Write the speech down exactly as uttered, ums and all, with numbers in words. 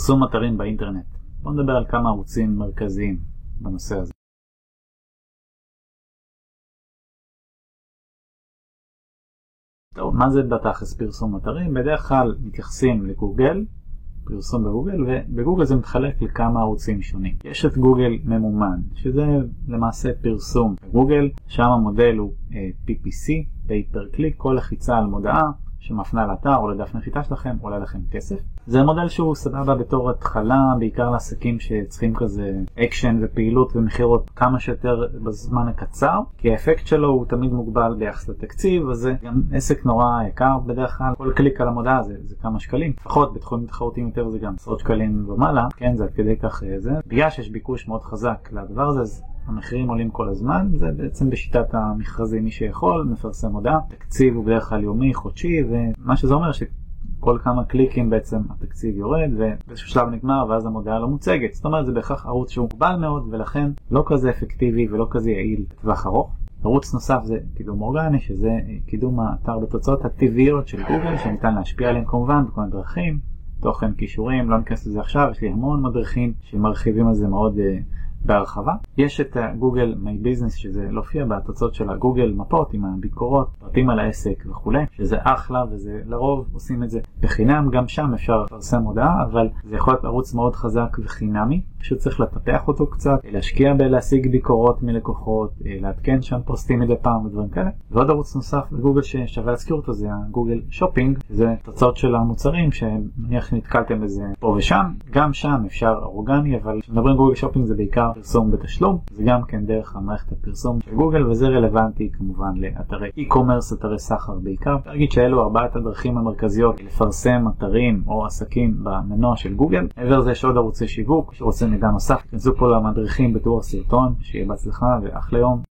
פרסום אתרים באינטרנט. בואו נדבר על כמה ערוצים מרכזיים בנושא הזה. טוב, מה זה בתכלס פרסום אתרים? בדרך כלל מתייחסים לגוגל, פרסום בגוגל, ובגוגל זה מתחלק לכמה ערוצים שונים. יש את גוגל ממומן, שזה למעשה פרסום בגוגל, שם המודל הוא פי פי סי, pay per click, כל לחיצה על מודעה שמפנה לאתר או לדף נחיתה שלכם עולה לכם כסף. זה מודל שהוא סבבה בתור התחלה, בעיקר לעסקים שצריכים כזה אקשן ופעילות ומחירות כמה שיותר בזמן הקצר, כי האפקט שלו הוא תמיד מוגבל ביחס לתקציב, אז זה גם עסק נורא יקר בדרך כלל. כל קליק על המודעה זה, זה כמה שקלים, לפחות בתחומים תחרותיים יותר זה גם עשרות שקלים ומעלה, כן, זה עד כדי כך זה. בגלל שיש ביקוש מאוד חזק לדבר הזה, אז המחירים עולים כל הזמן. זה בעצם בשיטת המכרזים, מי שיכול מפרסם מודעה, תקציב הוא בדרך כלל יומי, חודשי, ומה שזה אומר שכל כמה קליקים בעצם התקציב יורד ובאיזשהו שלב נגמר ואז המודעה לא מוצגת. זאת אומרת זה בהכרח ערוץ שהוא מוגבל מאוד ולכן לא כזה אפקטיבי ולא כזה יעיל בטווח ארוך. ערוץ נוסף זה קידום אורגני, שזה קידום האתר בתוצאות הטבעיות של גוגל שניתן להשפיע עליהם כמובן בכל מיני דרכים, תוכן, קישורים, לא ניכנס לזה עכשיו, יש לי המון מדריכים שמרחיבים על זה מאוד בהרחבה. יש את גוגל מיי ביזנס שזה לא הופיע בתוצאות של הגוגל מפות עם הביקורות, פרטים על העסק וכו', שזה אחלה וזה לרוב עושים את זה בחינם. גם שם אפשר לפרסם הודעה, אבל זה יכול להיות ערוץ מאוד חזק וחינמי, פשוט צריך לפתח אותו קצת, להשקיע בלהשיג ביקורות מלקוחות, לעדכן שם פוסטים מדי פעם ודברים כאלה. ועוד ערוץ נוסף בגוגל ששווה להזכיר אותו זה הגוגל שופינג, שזה תוצאות של המוצרים שמניח נתקלתם בזה פה ושם. גם שם אפשר אורגני, אבל כשמדברים גוגל שופינג זה בעיקר פרסום בתשלום, זה גם כן דרך המערכת הפרסום של גוגל, וזה רלוונטי כמובן לאתרי e-commerce, אתרי סחר בעיקר. אפשר להגיד שאלו ארבעת הדרכים המרכזיות לפרסם אתרים או עסקים במנוע של גוגל. מעבר זה יש עוד ערוצי שיווק, שרוצה מידע נוסף, כנסו פה למדריכים בתיאור הסרטון, שיהיה בהצלחה ואחלה יום.